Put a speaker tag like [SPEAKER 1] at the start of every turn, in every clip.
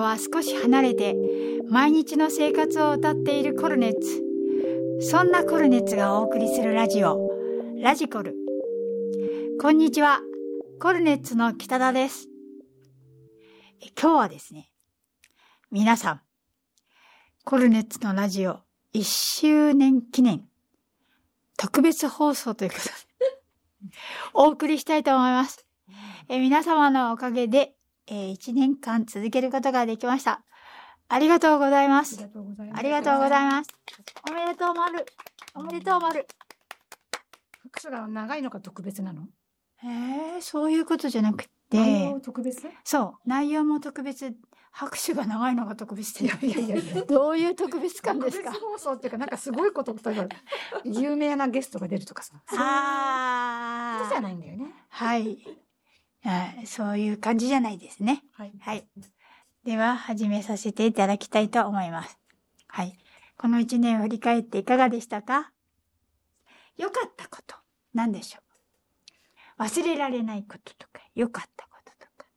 [SPEAKER 1] は少し離れて毎日の生活を歌っているコルネッツ。そんなコルネッツがお送りするラジオ、ラジコル。こんにちは、コルネッツの北田です。今日はですね、皆さん、コルネッツのラジオ1周年記念特別放送ということでお送りしたいと思います。皆様のおかげで、1年間続けることができました。ありがとうございます。ありがとうございます。おめでとう丸。おめでとう丸。
[SPEAKER 2] 拍手が長いのが特別なの？
[SPEAKER 1] そういうことじゃなくて。
[SPEAKER 2] 内容特別？
[SPEAKER 1] そう、内容も特別。拍手が長いのが特別で。
[SPEAKER 2] いや。
[SPEAKER 1] どういう特別感ですか？
[SPEAKER 2] 特別放送っていうか、なんかすごいこと、例えば有名なゲストが出るとかさ。そうじゃないんだよね。
[SPEAKER 1] はい。そういう感じじゃないですね。はい。では、始めさせていただきたいと思います。はい。この1年を振り返っていかがでしたか？良かったこと、何でしょう？忘れられないこととか、良かったこととか。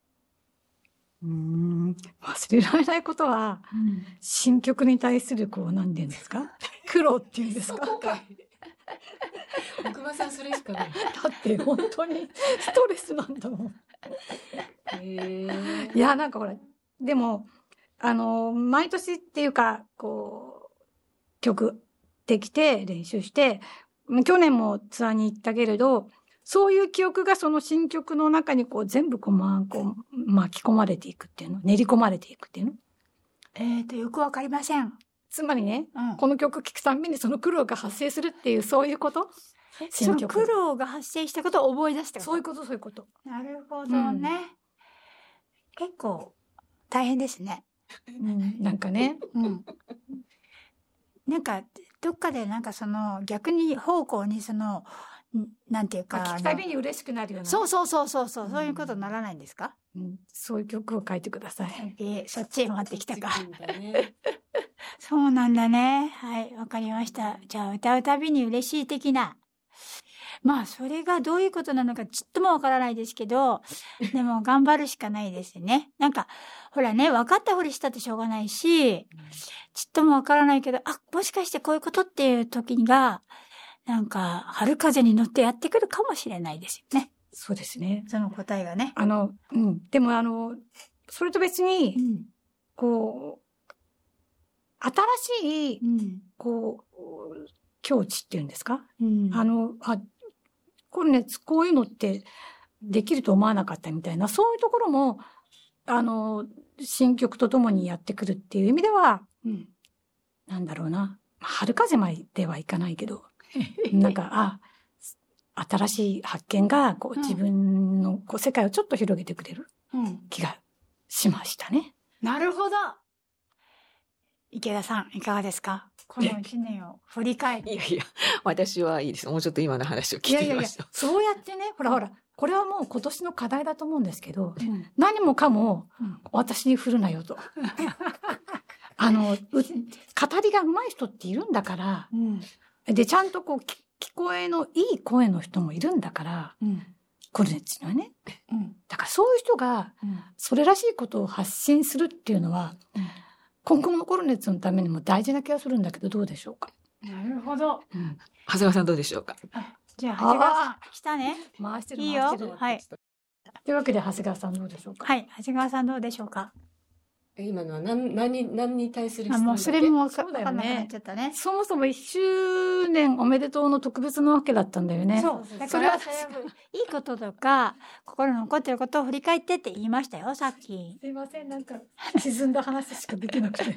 [SPEAKER 2] 忘れられないことは、新曲に対する何て言うんですか？苦労っていうんですか？
[SPEAKER 3] 奥間さんそれしかない。
[SPEAKER 2] だって本当にストレスなんだもん。いや、なんかほら、でも、毎年っていうか、曲できて練習して、去年もツアーに行ったけれど、そういう記憶がその新曲の中に全部巻き込まれていくっていうの、練り込まれていくっていうの。
[SPEAKER 1] よくわかりません。
[SPEAKER 2] つまりね、この曲聴くたんびにその苦労が発生するっていう、そういうこと？
[SPEAKER 1] その苦労が発生したことを思い出したこと？
[SPEAKER 2] そういうこと。
[SPEAKER 1] なるほどね。結構大変ですね。
[SPEAKER 2] なんかね。
[SPEAKER 1] なんか、どっかで逆に方向になんていうか。
[SPEAKER 2] 聞くたびに嬉しくなるような。
[SPEAKER 1] そういうことにならないんですか？
[SPEAKER 2] そういう曲を書いてください。
[SPEAKER 1] そっちへ回ってきたか。そうなんだね。はい、わかりました。じゃあ、歌うたびに嬉しい的な。まあ、それがどういうことなのかちっともわからないですけど、でも頑張るしかないですね。ほらね、分かったふりしたってしょうがないし、ちっともわからないけど、もしかしてこういうことっていう時が、春風に乗ってやってくるかもしれないですよね。
[SPEAKER 2] そうですね。
[SPEAKER 1] その答えがね。
[SPEAKER 2] でもそれと別に、新しい、境地っていうんですか？こういうのってできると思わなかったみたいな、そういうところも、新曲とともにやってくるっていう意味では、なんだろうな、春風まではいかないけど、新しい発見が、自分の世界をちょっと広げてくれる気がしましたね。
[SPEAKER 1] なるほど。池田さん、いかがですか？この1年を振り返って。
[SPEAKER 3] いや、私はいいです。もうちょっと今の話を聞いてみましょう。
[SPEAKER 2] そうやってね、ほら、これはもう今年の課題だと思うんですけど、何もかも私に振るなよと。語りが上手い人っているんだから、で、ちゃんと聞こえのいい声の人もいるんだから、コルネッツにはね。だからそういう人が、それらしいことを発信するっていうのは、今後のコルネッツのためにも大事な気がするんだけど、どうでしょうか？
[SPEAKER 1] なるほど。
[SPEAKER 3] 長谷川さんどうでしょうか？
[SPEAKER 1] じゃあ、長谷川さん、来たね。
[SPEAKER 2] 回してる。
[SPEAKER 1] いいよ。はい。
[SPEAKER 2] というわけで、長谷川さんどうでしょうか？
[SPEAKER 1] はい、長谷川さんどうでしょうか？
[SPEAKER 3] 今のは何に対する質問だっけ？
[SPEAKER 1] もうそれも分かんなくなっちゃったね。
[SPEAKER 2] そもそも1周年おめでとうの特別なわけだったんだよね。
[SPEAKER 1] そう。だから、いいこととか、心に残ってることを振り返ってって言いましたよ、さっき。
[SPEAKER 2] すいません、沈んだ話しかできなくて。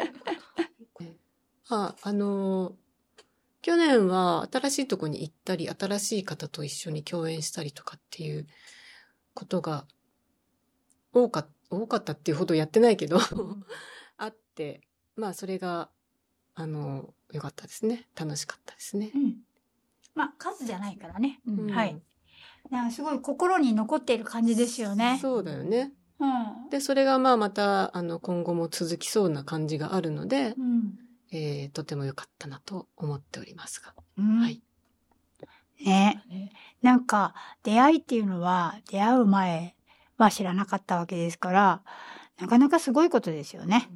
[SPEAKER 3] 去年は新しいとこに行ったり、新しい方と一緒に共演したりとかっていうことが多かったっていうほどやってないけど、あって、それが、良かったですね。楽しかったですね。
[SPEAKER 1] 数じゃないからね。はい。すごい心に残っている感じですよね。
[SPEAKER 3] そうだよね。で、それがまた、今後も続きそうな感じがあるので、とても良かったなと思っておりますが。はい。
[SPEAKER 1] ね。出会いっていうのは、出会う前は知らなかったわけですから、 なかなかすごいことですよね。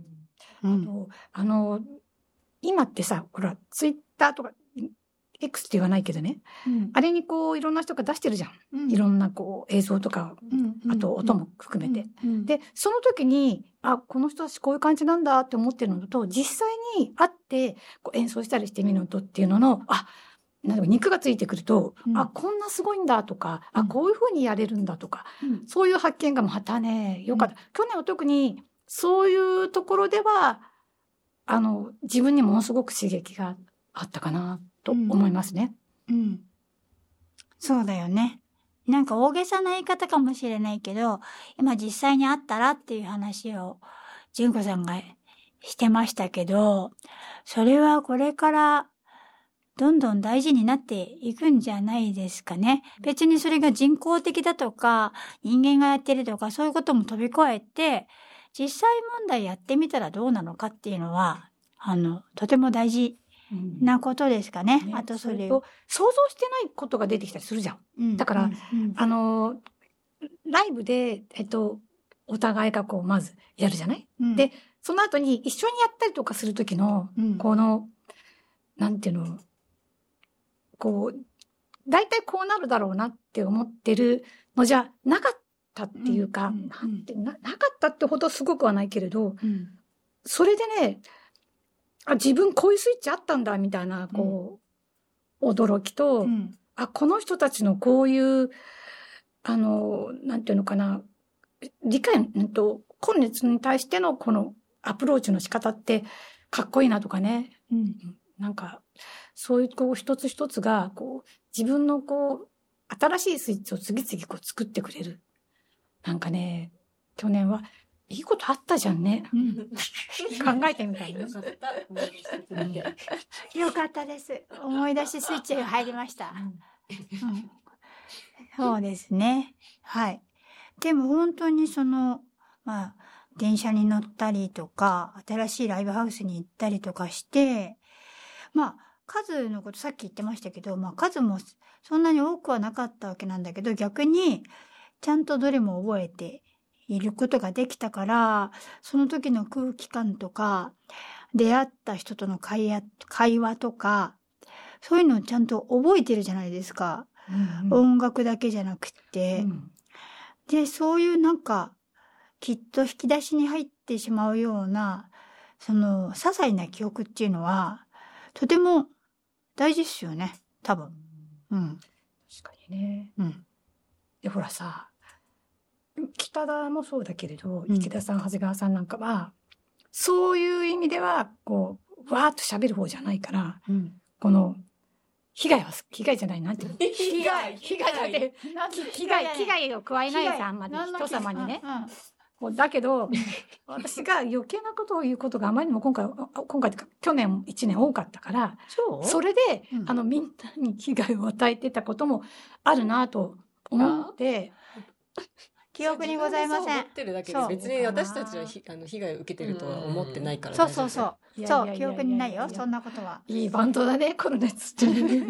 [SPEAKER 2] 今ってさ、ほら、ツイッターとか、X って言わないけどね、あれにこう、いろんな人が出してるじゃん。いろんなこう、映像とか、あと音も含めて。で、その時に、この人たちこういう感じなんだって思ってるのと、実際に会ってこう演奏したりしてみるのとっていうのの、なんか肉がついてくると、こんなすごいんだとか、こういうふうにやれるんだとか、そういう発見がまたね、よかった。去年は特に、そういうところでは、自分にものすごく刺激があったかなと思いますね。
[SPEAKER 1] そうだよね。なんか大げさな言い方かもしれないけど、今実際に会ったらっていう話を純子さんがしてましたけど、それはこれからどんどん大事になっていくんじゃないですかね。別にそれが人工的だとか、人間がやってるとか、そういうことも飛び越えて、実際問題やってみたらどうなのかっていうのは、とても大事なことですかね。あとそれを。
[SPEAKER 2] 想像してないことが出てきたりするじゃん。だから、ライブで、お互いがこう、まずやるじゃない、で、その後に一緒にやったりとかするときの、この、なんていうの、こう、大体こうなるだろうなって思ってるのじゃなかったっていうか、なかったってほどすごくはないけれど、それでね、自分こういうスイッチあったんだみたいな、こう、驚きと、この人たちのこういう、なんていうのかな、理解、今熱に対してのこのアプローチの仕方ってかっこいいなとかね。なんか、そういうこう一つ一つが、こう、自分のこう、新しいスイッチを次々こう作ってくれる。なんかね、去年はいいことあったじゃんね。考えてみたいね。
[SPEAKER 1] よかったです。思い出しスイッチが入りました。そうですね。はい。でも本当に電車に乗ったりとか、新しいライブハウスに行ったりとかして、数のことさっき言ってましたけど、数もそんなに多くはなかったわけなんだけど、逆にちゃんとどれも覚えていることができたから、その時の空気感とか、出会った人との会話とか、そういうのをちゃんと覚えてるじゃないですか。音楽だけじゃなくて。で、そういうなんか、きっと引き出しに入ってしまうような、些細な記憶っていうのは、とても大事ですよね。多分。
[SPEAKER 2] 確かにね。で、ほらさ、北田もそうだけれど、池田さん、長谷川さんなんかは、そういう意味では、こう、わーっと喋る方じゃないから、この、被害じゃない、なんていうの？被害を加えないさ、人様にね。だけど、私が余計なことを言うことがあまりにも今回とか去年1年多かったから、それで、みんなに被害を与えてたこともあるなと思って、
[SPEAKER 1] 記憶にございません。
[SPEAKER 3] 思ってるだけで別に私たちは被害を受けてるとは思ってないから
[SPEAKER 1] そう。記憶にないよ、そんなことは。
[SPEAKER 2] いいバンドだね、コルネッツって。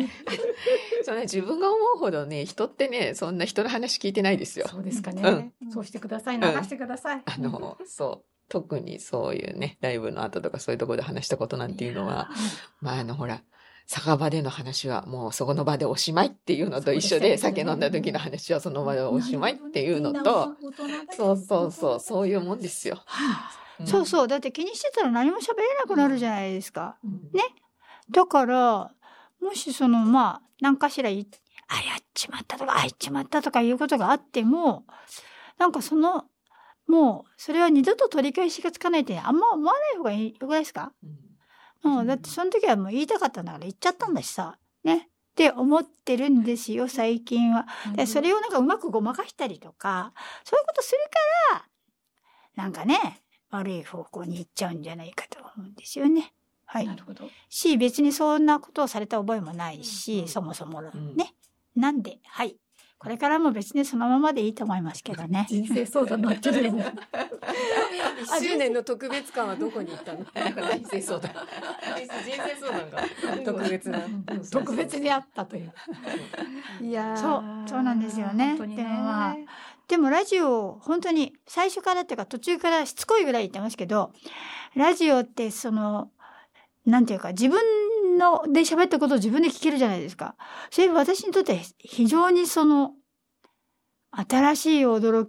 [SPEAKER 4] そうね、自分が思うほどね、人ってね、そんな人の話聞いてないですよ。
[SPEAKER 2] そうですかね。そうしてください。流してください。
[SPEAKER 4] そう。特にそういうね、ライブの後とかそういうところで話したことなんていうのは、ほら、酒場での話はもうそこの場でおしまいっていうのと一緒で、酒飲んだ時の話はその場でおしまいっていうのと、そういうもんですよ。
[SPEAKER 1] そう。だって気にしてたら何も喋れなくなるじゃないですか。ね。だから、もし何かしらやっちまったとか、あっちまったとかいうことがあっても、なんかもう、それは二度と取り返しがつかないってあんま思わない方がいい、よくないですか？だってその時はもう言いたかったんだから言っちゃったんだしさ。ね。って思ってるんですよ、最近は。で、それをなんかうまくごまかしたりとか、そういうことするから、なんかね、悪い方向に行っちゃうんじゃないかと思うんですよね。はい。
[SPEAKER 2] なるほど。
[SPEAKER 1] 別にそんなことをされた覚えもないし、そもそもね。なんで、はい。これからも別にそのままでいいと思いますけどね。
[SPEAKER 2] 人生相談になってるよね。
[SPEAKER 3] 1周年の特別感はどこに行ったの？人生相談。人生相談が特別な。
[SPEAKER 2] 特別にあったという。
[SPEAKER 1] いやそうなんですよね。ででもラジオ、本当に最初からっていうか途中からしつこいぐらい言ってますけど、ラジオってなんていうか、自分で喋ったことを自分で聞けるじゃないですか。それ私にとって非常に新しい驚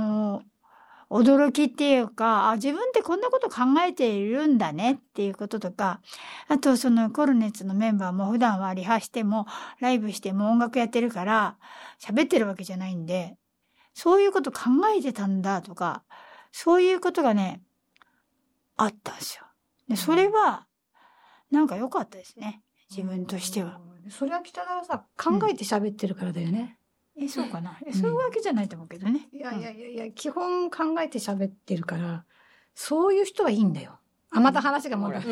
[SPEAKER 1] きっていうか、自分ってこんなこと考えているんだねっていうこととか、あとコルネッツのメンバーも普段はリハしてもライブしても音楽やってるから喋ってるわけじゃないんで、そういうこと考えてたんだとか、そういうことがね、あったんですよ。で、それはなんか良かったですね。自分としては。
[SPEAKER 2] それは北川さ、考えて喋ってるからだよね。
[SPEAKER 1] そうかな。そういうわけじゃないと思うけどね。
[SPEAKER 2] いや、基本考えて喋ってるから、そういう人はいいんだよ。また話がまだ。だ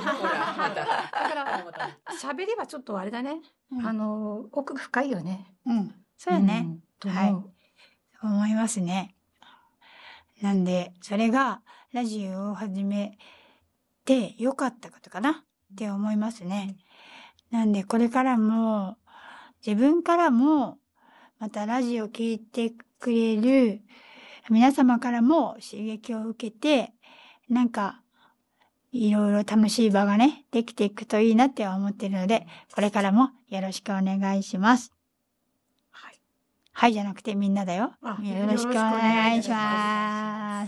[SPEAKER 2] から喋りはちょっとあれだね。奥が深いよね。
[SPEAKER 1] そうやね。はい。思いますね。なんで、それがラジオを始めて良かったことかなって思いますね。なんで、これからも、自分からも、またラジオを聞いてくれる皆様からも刺激を受けて、なんか、いろいろ楽しい場がね、できていくといいなって思っているので、これからもよろしくお願いします。はいじゃなくてみんなだよ。よろしくお願いします。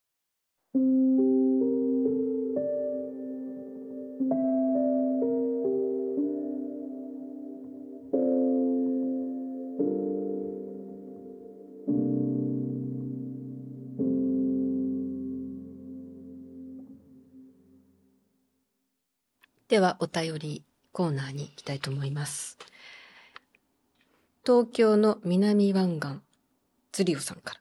[SPEAKER 3] ではお便りコーナーに行きたいと思います。東京の南湾岸ズリオさんから、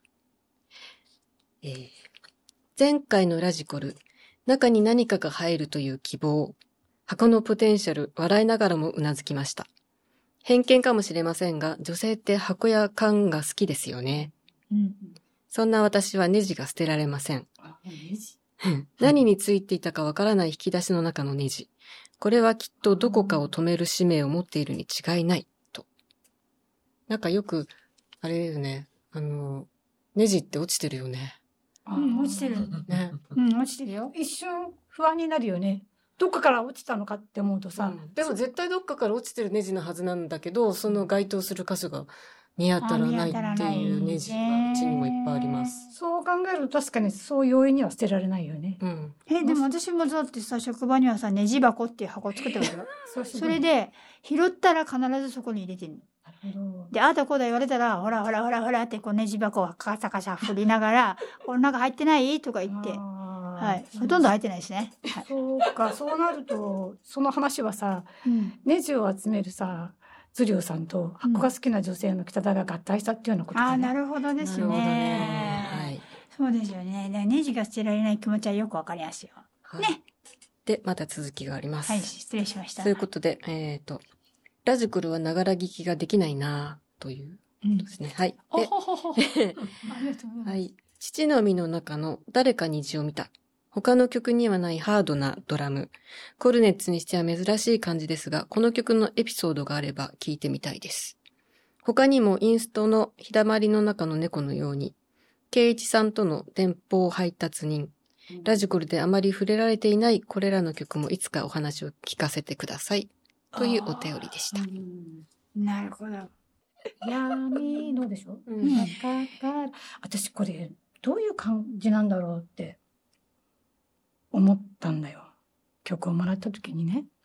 [SPEAKER 3] 前回のラジコル、中に何かが入るという希望、箱のポテンシャル、笑いながらもうなずきました。偏見かもしれませんが、女性って箱や缶が好きですよね。そんな私はネジが捨てられません。何についていたかわからない引き出しの中のネジ。これはきっとどこかを止める使命を持っているに違いない、と。なんかよく、あれですね、ネジって落ちてるよね。
[SPEAKER 1] 落ちてる。
[SPEAKER 3] ね。
[SPEAKER 2] 落ちてるよ。一瞬不安になるよね。どっかから落ちたのかって思うとさ。
[SPEAKER 3] でも絶対どっかから落ちてるネジのはずなんだけど、その該当する箇所が見当たらないっていうネジがうちにもいっぱいあります。
[SPEAKER 2] そう考えると確かにそう容易には捨てられないよね。
[SPEAKER 1] でも私もだってさ、職場にはさ、ネジ箱っていう箱を作ってるわけよ。それで、拾ったら必ずそこに入れてるの。で、あとこうだ言われたら、ほらほらほらほらってこうネジ箱をカサカサ振りながら、この中入ってないとか言って。はい。ほとんど入ってないですね。
[SPEAKER 2] そうか、そうなると、その話はさ、ネジを集めるさ、ズリオさんと箱が好きな女性の北田が合体したっていうようなことだね。
[SPEAKER 1] なるほどですね。はい。そうですよね。ネジが捨てられない気持ちはよくわかりますよ。ね。
[SPEAKER 3] で、また続きがあります。
[SPEAKER 1] はい、失礼しました。
[SPEAKER 3] ということで、ラジコルはながら聞きができないなということですね。はい。で、
[SPEAKER 2] ありがとうございます。
[SPEAKER 3] はい。父の実の中の誰か虹を見た。他の曲にはないハードなドラム。コルネッツにしては珍しい感じですが、この曲のエピソードがあれば聞いてみたいです。他にもインストの日だまりの中の猫のように、圭一さんとの電報配達人、ラジコルであまり触れられていないこれらの曲もいつかお話を聞かせてください。というお便りでした。
[SPEAKER 1] なるほど。
[SPEAKER 2] 闇のでしょ、私これどういう感じなんだろうって思ったんだよ。曲をもらった時にね。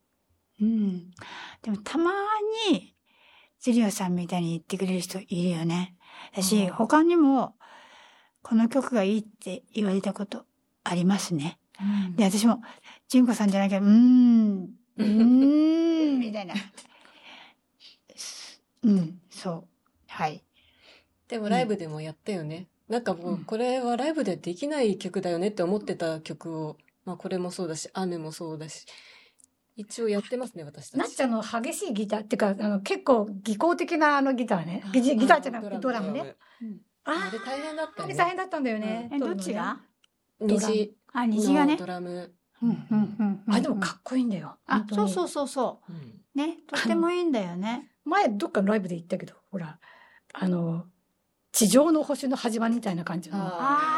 [SPEAKER 1] でもたまにズリオさんみたいに言ってくれる人いるよね。私他にもこの曲がいいって言われたことありますね。で、私も純子さんじゃないけど、みたいな。そう。はい。
[SPEAKER 3] でもライブでもやったよね。なんかもうこれはライブではできない曲だよねって思ってた曲を、まあこれもそうだし、雨もそうだし、一応やってますね、私たち。
[SPEAKER 2] なっちゃんの激しいギターっていうか、結構技巧的なギターね。ギターじゃなくてドラムね。
[SPEAKER 3] あれ大変だったよね。
[SPEAKER 2] あれ大変だったんだよね。
[SPEAKER 1] どっちが？
[SPEAKER 3] 虹
[SPEAKER 1] がね。
[SPEAKER 3] ドラム。
[SPEAKER 2] でもかっこいいんだよ。
[SPEAKER 1] そう。ね、とってもいいんだよね。
[SPEAKER 2] 前どっかのライブで言ったけど、ほら、 地上の星の始まりみたいな感じの。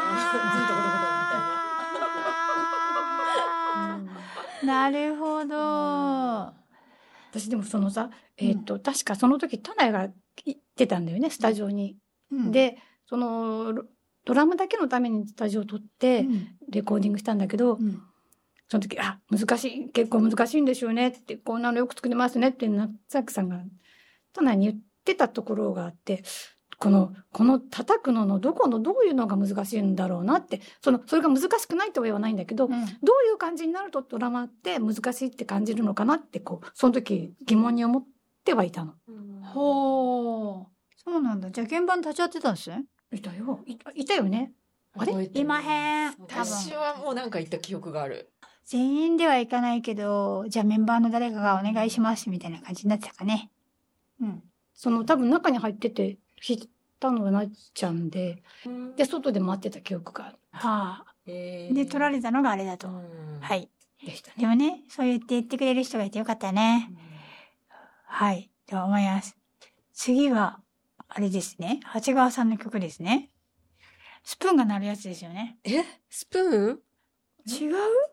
[SPEAKER 1] なるほど。
[SPEAKER 2] 私でもそのさ、確かその時タナヤが行ってたんだよね、スタジオに。で、そのドラムだけのためにスタジオを撮ってレコーディングしたんだけど、その時、難しい、結構難しいんでしょうねって、こんなのよく作れますねって夏崎さんがタナヤに言ってたところがあって、この叩くののどういうのが難しいんだろうなって、それが難しくないとは言わないんだけど、どういう感じになるとドラマって難しいって感じるのかなって、その時疑問に思ってはいたの。
[SPEAKER 1] ほう。そうなんだ。じゃあ現場に立ち会ってたんですね。
[SPEAKER 2] いたよ。いたよね。あれ
[SPEAKER 1] いまへん。
[SPEAKER 4] 私はもうなんか行った記憶がある。
[SPEAKER 1] 全員ではいかないけど、じゃあメンバーの誰かがお願いしますみたいな感じになってたかね。
[SPEAKER 2] 多分中に入ってて弾いたのがなっちゃんで、で、外で待ってた記憶がある。
[SPEAKER 1] はあ。で、取られたのがあれだと。はい。
[SPEAKER 2] でしたね。
[SPEAKER 1] でもね、そう言ってくれる人がいてよかったね。はい。と思います。次は、あれですね。長谷川さんの曲ですね。スプーンが鳴るやつですよね。
[SPEAKER 3] スプーン？
[SPEAKER 1] 違う？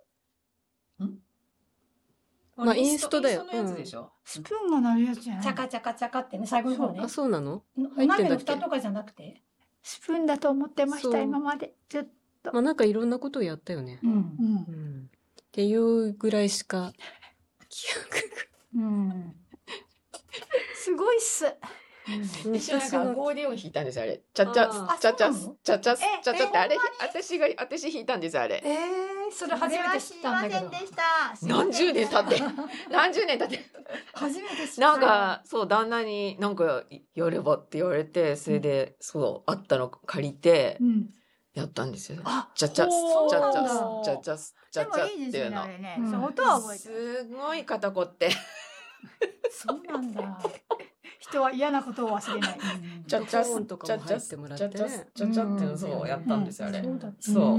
[SPEAKER 3] まあインストだよ。
[SPEAKER 4] インストのやつでしょ。
[SPEAKER 1] スプーンが鳴るやつじゃない？
[SPEAKER 2] チャカチャカチャカってね、最後の方ね。
[SPEAKER 3] あ、そうなの？
[SPEAKER 2] 鍋の蓋とかじゃなくて。
[SPEAKER 1] スプーンだと思ってました、今まで。ずっと。
[SPEAKER 3] まあなんかいろんなことをやったよね。っていうぐらいしか記憶。
[SPEAKER 1] すごいっす。
[SPEAKER 4] 私なんかアコーディオン弾いたんですあれ。チャチャチャチャチャチャチャチャってあれ私弾いたんですあれ。
[SPEAKER 2] それ初めて知ったんだけど。
[SPEAKER 4] 何十年経って
[SPEAKER 2] 初めて知った。
[SPEAKER 4] なんかそう旦那になんかやればって言われて、それでそうあったの借りてやったんですよ。チャチャチャチャチャチャチャチャっていうの。
[SPEAKER 1] 音は覚えて
[SPEAKER 4] る。すごい肩こって。
[SPEAKER 2] そうなんだ。
[SPEAKER 1] 人は嫌なことを忘れない。
[SPEAKER 4] チャチャ
[SPEAKER 3] とかも入ってもらってね。
[SPEAKER 4] チャチャっていうのそうやったんですよあれ。
[SPEAKER 2] そう。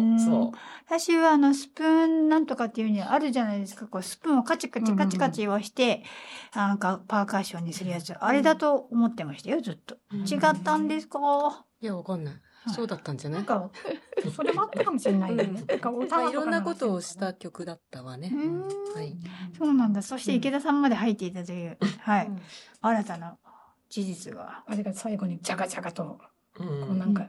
[SPEAKER 1] 私はスプーンなんとかっていうにはあるじゃないですか。スプーンをカチカチカチカチをして、なんかパーカッションにするやつ。あれだと思ってましたよ、ずっと。違ったんですか？
[SPEAKER 3] いや、わかんない。そうだったんじゃない？
[SPEAKER 2] それもあったかもしれないね。
[SPEAKER 3] いろんなことをした曲だったわね。はい。
[SPEAKER 1] そうなんだ。そして池田さんまで入っていたという、はい。新たな事実が。
[SPEAKER 2] あれが最後にジャカジャカと、なんか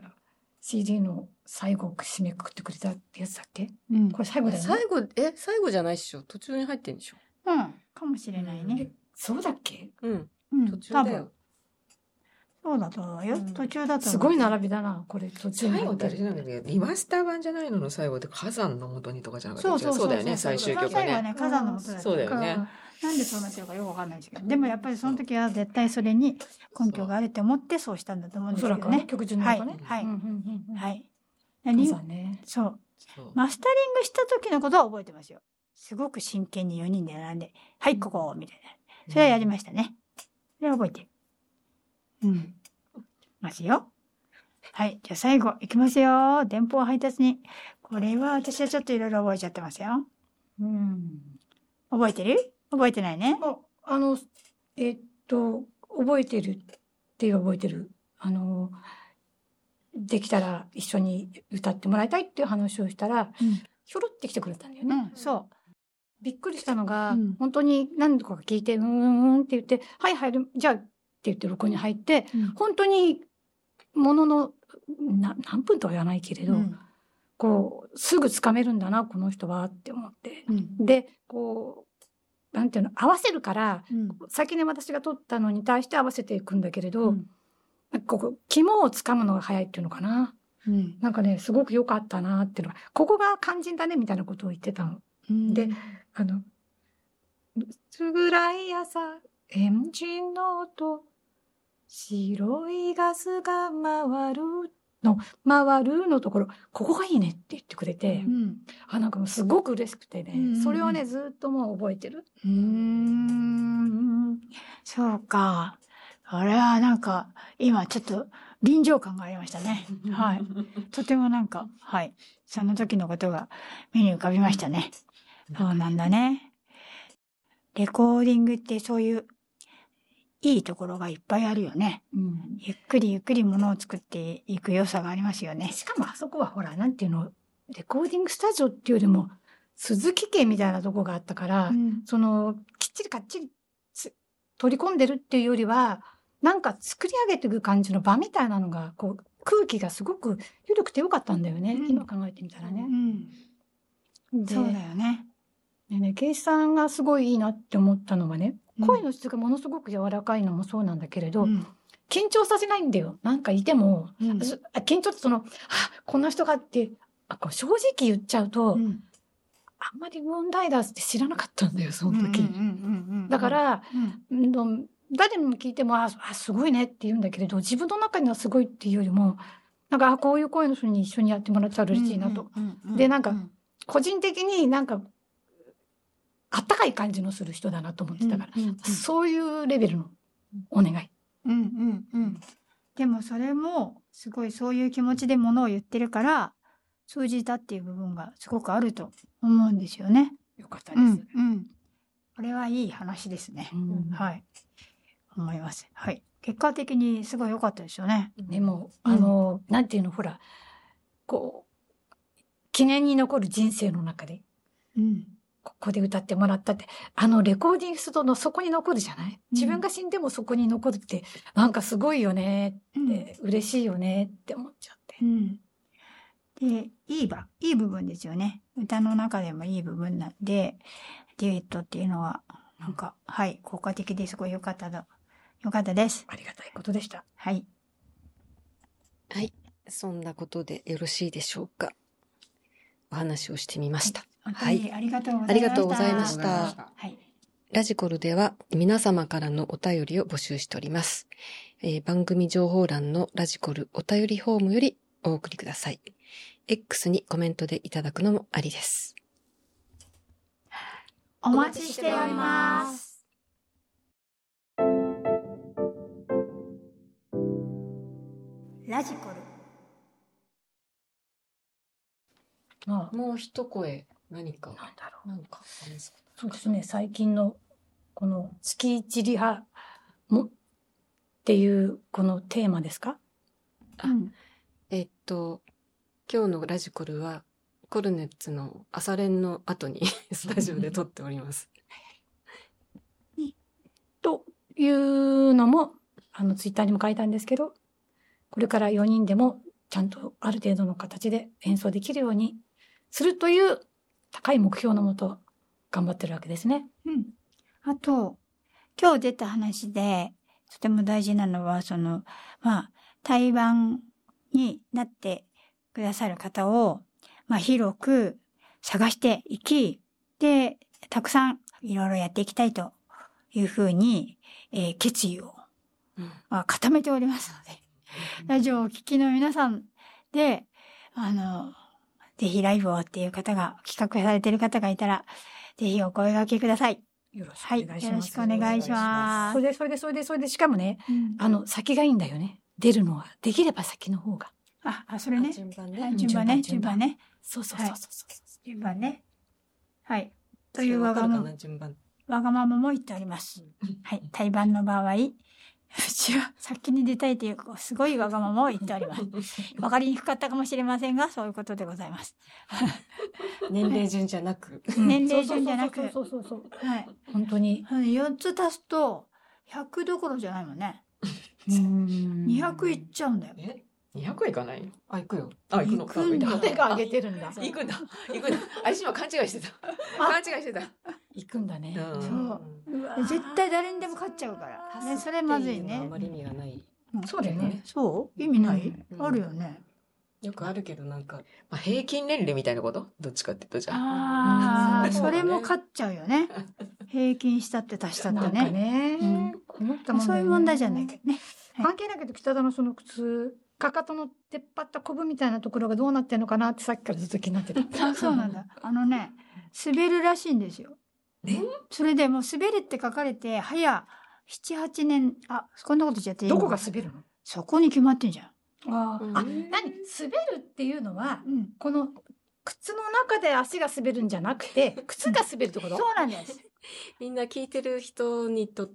[SPEAKER 2] CD の最後を締めくくってくれたってやつだっけ？これ最後だよね。
[SPEAKER 3] 最後じゃないっしょ。途中に入ってんでしょ。
[SPEAKER 1] かもしれないね。
[SPEAKER 2] そうだっけ？
[SPEAKER 3] 途中だよ。
[SPEAKER 1] そうだと思うよ。途中だと。
[SPEAKER 2] すごい並びだな、これ途中に。
[SPEAKER 4] 最後ってあれじゃなくて、リマスター版じゃないのの最後って火山の元にとかじゃなくて。そうだよね、最終曲ね。
[SPEAKER 1] 火山の元だった。
[SPEAKER 4] そうだよね。
[SPEAKER 1] なんでそうなってるかよくわかんないですけど。でもやっぱりその時は絶対それに根拠があるって思ってそうしたんだと思うんですけどね。
[SPEAKER 2] 曲順のね。
[SPEAKER 1] はい。はい。そう。マスタリングした時のことは覚えてますよ。すごく真剣に4人で並んで、はい、ここみたいな。それはやりましたね。それは覚えてる。ますよ。はい。じゃあ最後、いきますよ。電報配達に。これは私はちょっといろいろ覚えちゃってますよ。覚えてる？覚えてないね。
[SPEAKER 2] 覚えてるっていう覚えてる。できたら一緒に歌ってもらいたいっていう話をしたら、ひょろって来てくれたんだよね。
[SPEAKER 1] そう。
[SPEAKER 2] びっくりしたのが、本当に何度か聞いて、って言って、はい、入る、じゃあって言って録音に入って、本当にものの何分とは言わないけれど、すぐつかめるんだなこの人はって思って、でなんていうの合わせるから、先に私が取ったのに対して合わせていくんだけれど、肝をつかむのが早いっていうのかな、なんかねすごく良かったなっていうのが、ここが肝心だねみたいなことを言ってたの。で薄暗い朝エンジンの音、白いガスが回るのところ、ここがいいねって言ってくれて、なんかもうすごく嬉しくてね、それをねずっともう覚えてる。
[SPEAKER 1] そうか。あれはなんか今ちょっと臨場感がありましたね。はい。とてもなんか、はい。その時のことが目に浮かびましたね。そうなんだね。レコーディングってそういういいところがいっぱいあるよね。ゆっくりゆっくりものを作っていく良さがありますよね。
[SPEAKER 2] しかもあそこはほら、なんていうの、レコーディングスタジオっていうよりも、鈴木家みたいなとこがあったから、きっちりかっちり取り込んでるっていうよりは、なんか作り上げていく感じの場みたいなのが、こう、空気がすごく緩くてよかったんだよね。今考えてみたらね。
[SPEAKER 1] そうだよね。
[SPEAKER 2] でね、ケイさんがすごいいいなって思ったのはね、声の質がものすごく柔らかいのもそうなんだけれど、緊張させないんだよ。なんかいても、緊張ってこの人がってこう正直言っちゃうと、あんまりムーンライダーズって知らなかったんだよ、その時。だから、誰にも聞いても、すごいねって言うんだけれど、自分の中にはすごいっていうよりも、なんか、こういう声の人に一緒にやってもらったら嬉しいなと。で、なんか、個人的になんか、あったかい感じのする人だなと思ってたから、そういうレベルのお願い。
[SPEAKER 1] でもそれも、すごいそういう気持ちでものを言ってるから、通じたっていう部分がすごくあると思うんですよね。
[SPEAKER 2] よかったです。
[SPEAKER 1] これはいい話ですね。はい。思います。はい。結果的にすごい良かったですよね。
[SPEAKER 2] でも、なんていうの、ほら、こう、記念に残る人生の中で、ここで歌ってもらったって、レコーディングするとそこに残るじゃない？自分が死んでもそこに残るって、なんかすごいよねって、嬉しいよねって思っちゃって。
[SPEAKER 1] で、いい部分ですよね。歌の中でもいい部分なんで、デュエットっていうのは、なんか、はい、効果的ですごい良かったです。
[SPEAKER 2] ありがたいことでした。
[SPEAKER 1] はい。
[SPEAKER 3] はい。そんなことでよろしいでしょうか。お話をしてみました。
[SPEAKER 1] はい。ありがとうございました。
[SPEAKER 3] ありがとうございました。
[SPEAKER 1] はい。
[SPEAKER 3] ラジコルでは皆様からのお便りを募集しております。番組情報欄のラジコルお便りフォームよりお送りください。X にコメントでいただくのもありです。
[SPEAKER 1] お待ちしております。ラジコル。
[SPEAKER 3] もう一声何か。
[SPEAKER 2] なんだろう。
[SPEAKER 3] なんかありますか？
[SPEAKER 2] そうですね。最近のこの月一リハもっていうこのテーマですか？
[SPEAKER 3] 今日のラジコルはコルネッツの朝練の後にスタジオで撮っております。
[SPEAKER 2] というのもツイッターにも書いたんですけど、これから4人でもちゃんとある程度の形で演奏できるようにするという高い目標のもと頑張ってるわけですね。
[SPEAKER 1] あと、今日出た話でとても大事なのは、対バンになってくださる方を、広く探していき、で、たくさんいろいろやっていきたいというふうに、決意を、固めておりますので、ラジオをお聞きの皆さんで、ぜひライブをっていう方が、企画されている方がいたら、ぜひお声掛けください。
[SPEAKER 2] よろしくお願いします。
[SPEAKER 1] よろしくお願いします。
[SPEAKER 2] それで、しかもね、先がいいんだよね。出るのは、できれば先の方が。
[SPEAKER 1] それね。順番ね。
[SPEAKER 2] そう。
[SPEAKER 1] 順番ね。はい。というわがままも言っております。はい。対バンの場合、うちは先に出たいというすごいわがままを言っております。わかりにくかったかもしれませんが、そういうことでございます。
[SPEAKER 3] 年齢順じゃなく。
[SPEAKER 1] 年齢順じゃなく。
[SPEAKER 2] そう。
[SPEAKER 1] はい。
[SPEAKER 2] 本当に。
[SPEAKER 1] 4つ足すと、100どころじゃないもんね。200いっちゃうんだよ。
[SPEAKER 4] 200いかないの？
[SPEAKER 3] 行くよ。
[SPEAKER 1] 行くんだ。
[SPEAKER 2] 手が上げてるんだ。
[SPEAKER 4] 行くんだ。私今勘違いしてた。
[SPEAKER 2] 行くんだね。
[SPEAKER 1] そう。絶対誰にでも勝っちゃうから。ね、それまずいね。
[SPEAKER 3] あまり意味がない。
[SPEAKER 2] そうだよね。
[SPEAKER 1] そう意味ない？あるよね。
[SPEAKER 3] よくあるけどなんか。
[SPEAKER 4] 平均年齢みたいなこと？どっちかっていうとじゃあ。
[SPEAKER 1] それも勝っちゃうよね。平均したって足したってね。
[SPEAKER 2] なんかね。
[SPEAKER 1] そういう問題じゃないけどね。
[SPEAKER 2] 関係ないけど、北田のその靴、かかとの出っ張ったコブみたいなところがどうなってんのかなってさっきからずっと気になってた。
[SPEAKER 1] そうなんだ。滑るらしいんですよ。それでもう滑るって書かれて、7、8年、こんなこと言っちゃっていいの？
[SPEAKER 2] どこが滑るの？
[SPEAKER 1] そこに決まってんじゃん。
[SPEAKER 2] 何滑るっていうのは、この靴の中で足が滑るんじゃなくて、靴が滑るってこと
[SPEAKER 1] そうなんです。
[SPEAKER 3] みんな聞いてる人にとって、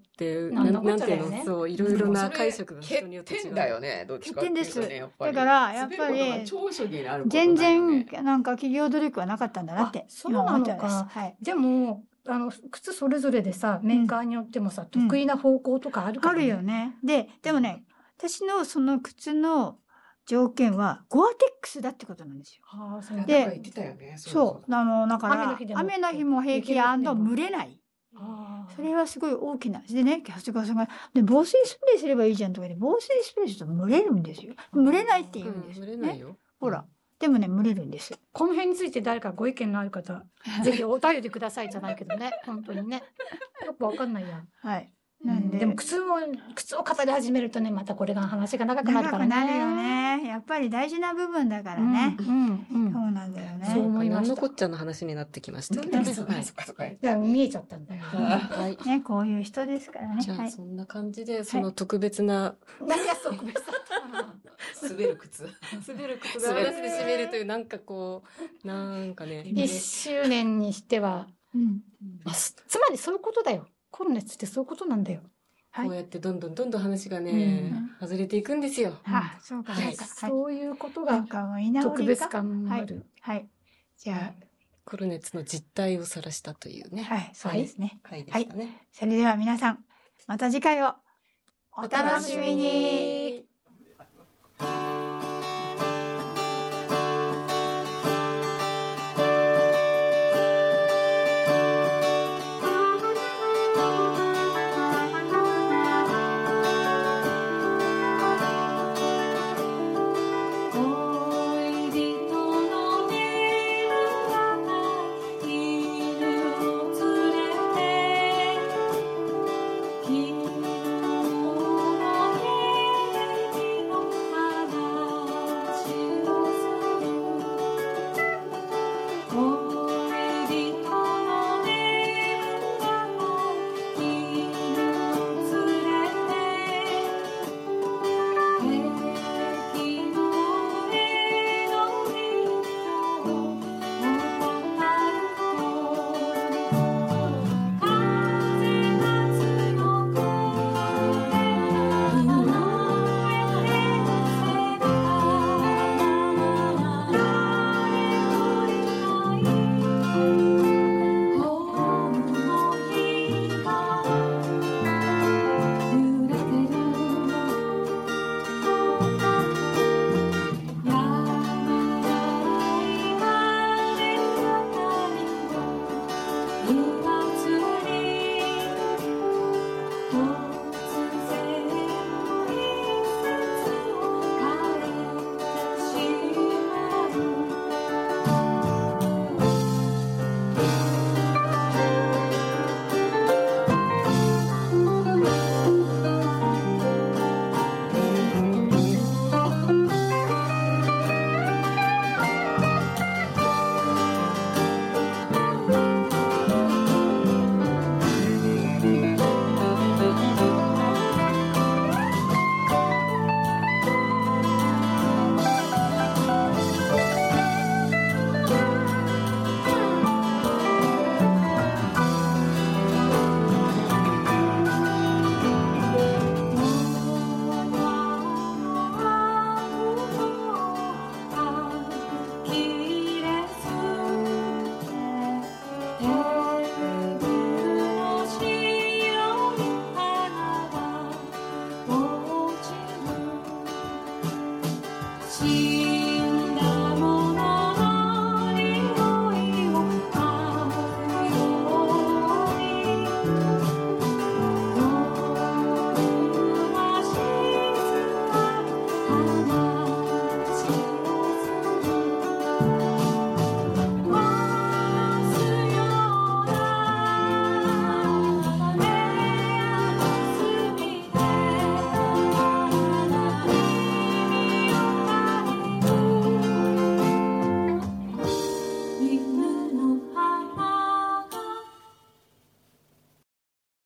[SPEAKER 2] なん
[SPEAKER 3] なんていう
[SPEAKER 2] だ
[SPEAKER 3] の、そう、いろいろな解釈が
[SPEAKER 4] 欠
[SPEAKER 3] 人によって違う。
[SPEAKER 4] 点だよね、どっちかっていうと
[SPEAKER 1] 欠点
[SPEAKER 4] ね、やっ
[SPEAKER 1] です
[SPEAKER 4] ぱり。
[SPEAKER 1] だからやっぱり
[SPEAKER 4] 滑ることが長所になること
[SPEAKER 1] 全
[SPEAKER 4] だよね
[SPEAKER 1] 然、なんか企業努力はなかったんだなって
[SPEAKER 2] あ、そうなのか
[SPEAKER 1] 今思ってます。はい。
[SPEAKER 2] でも、靴それぞれでさ、メーカーによってもさ、得意な方向とかあるから
[SPEAKER 1] あるよね。でもね、私のその靴の条件は、ゴアテックスだってことなんですよ。
[SPEAKER 2] ああ、そう
[SPEAKER 4] なんか
[SPEAKER 1] で
[SPEAKER 4] 言ってたよね。
[SPEAKER 1] そう。だから
[SPEAKER 2] 雨の日で、も
[SPEAKER 1] 雨の日も平気蒸れない。
[SPEAKER 2] あー
[SPEAKER 1] それはすごい大きな。でね、長谷川さんが、で、防水スプレーすればいいじゃんとかで、防水スプレーすると蒸れるんですよ。蒸れないって言うんです
[SPEAKER 3] 蒸
[SPEAKER 1] よね。
[SPEAKER 3] れないよ。
[SPEAKER 1] ほら。でもね、蒸れるんです。
[SPEAKER 2] この辺について誰かご意見のある方、ぜひお便りくださいじゃないけどね、本当にね。よくわかんないや。
[SPEAKER 1] はい。なんで。
[SPEAKER 2] でも靴を語り始めるとね、またこれが話が長くなるからね。
[SPEAKER 1] 長くなるよね。やっぱり大事な部分だからね。そうなんだよね。
[SPEAKER 2] そう思いました。
[SPEAKER 3] 何のこっちゃの話になってきましたけど。
[SPEAKER 4] そっかそっか。
[SPEAKER 2] いや、見えちゃったんだよ。
[SPEAKER 3] はい。
[SPEAKER 1] ね、こういう人ですからね。
[SPEAKER 3] じゃあ、
[SPEAKER 1] はい。
[SPEAKER 3] そんな感じで、その特別な、
[SPEAKER 2] 何が特別だったの
[SPEAKER 4] 滑る靴。
[SPEAKER 3] 滑る靴が話で締めるという、なんかこう、なんかね。
[SPEAKER 2] 1周年にしては、つまりそういうことだよ。コルネツってそういうことなんだよ。
[SPEAKER 1] はい
[SPEAKER 3] こうやってどんどん話がね、外れていくんですよ。
[SPEAKER 1] あ、そうか、そうか。
[SPEAKER 2] そういうことが
[SPEAKER 1] なんかもう居直りか
[SPEAKER 2] 特別感もある。
[SPEAKER 1] はい。じゃ
[SPEAKER 3] コルネツの実態を晒したというね。
[SPEAKER 1] あ、はい、そうですね。
[SPEAKER 3] 回でしたね。
[SPEAKER 1] それでは皆さん、また次回をお楽しみに。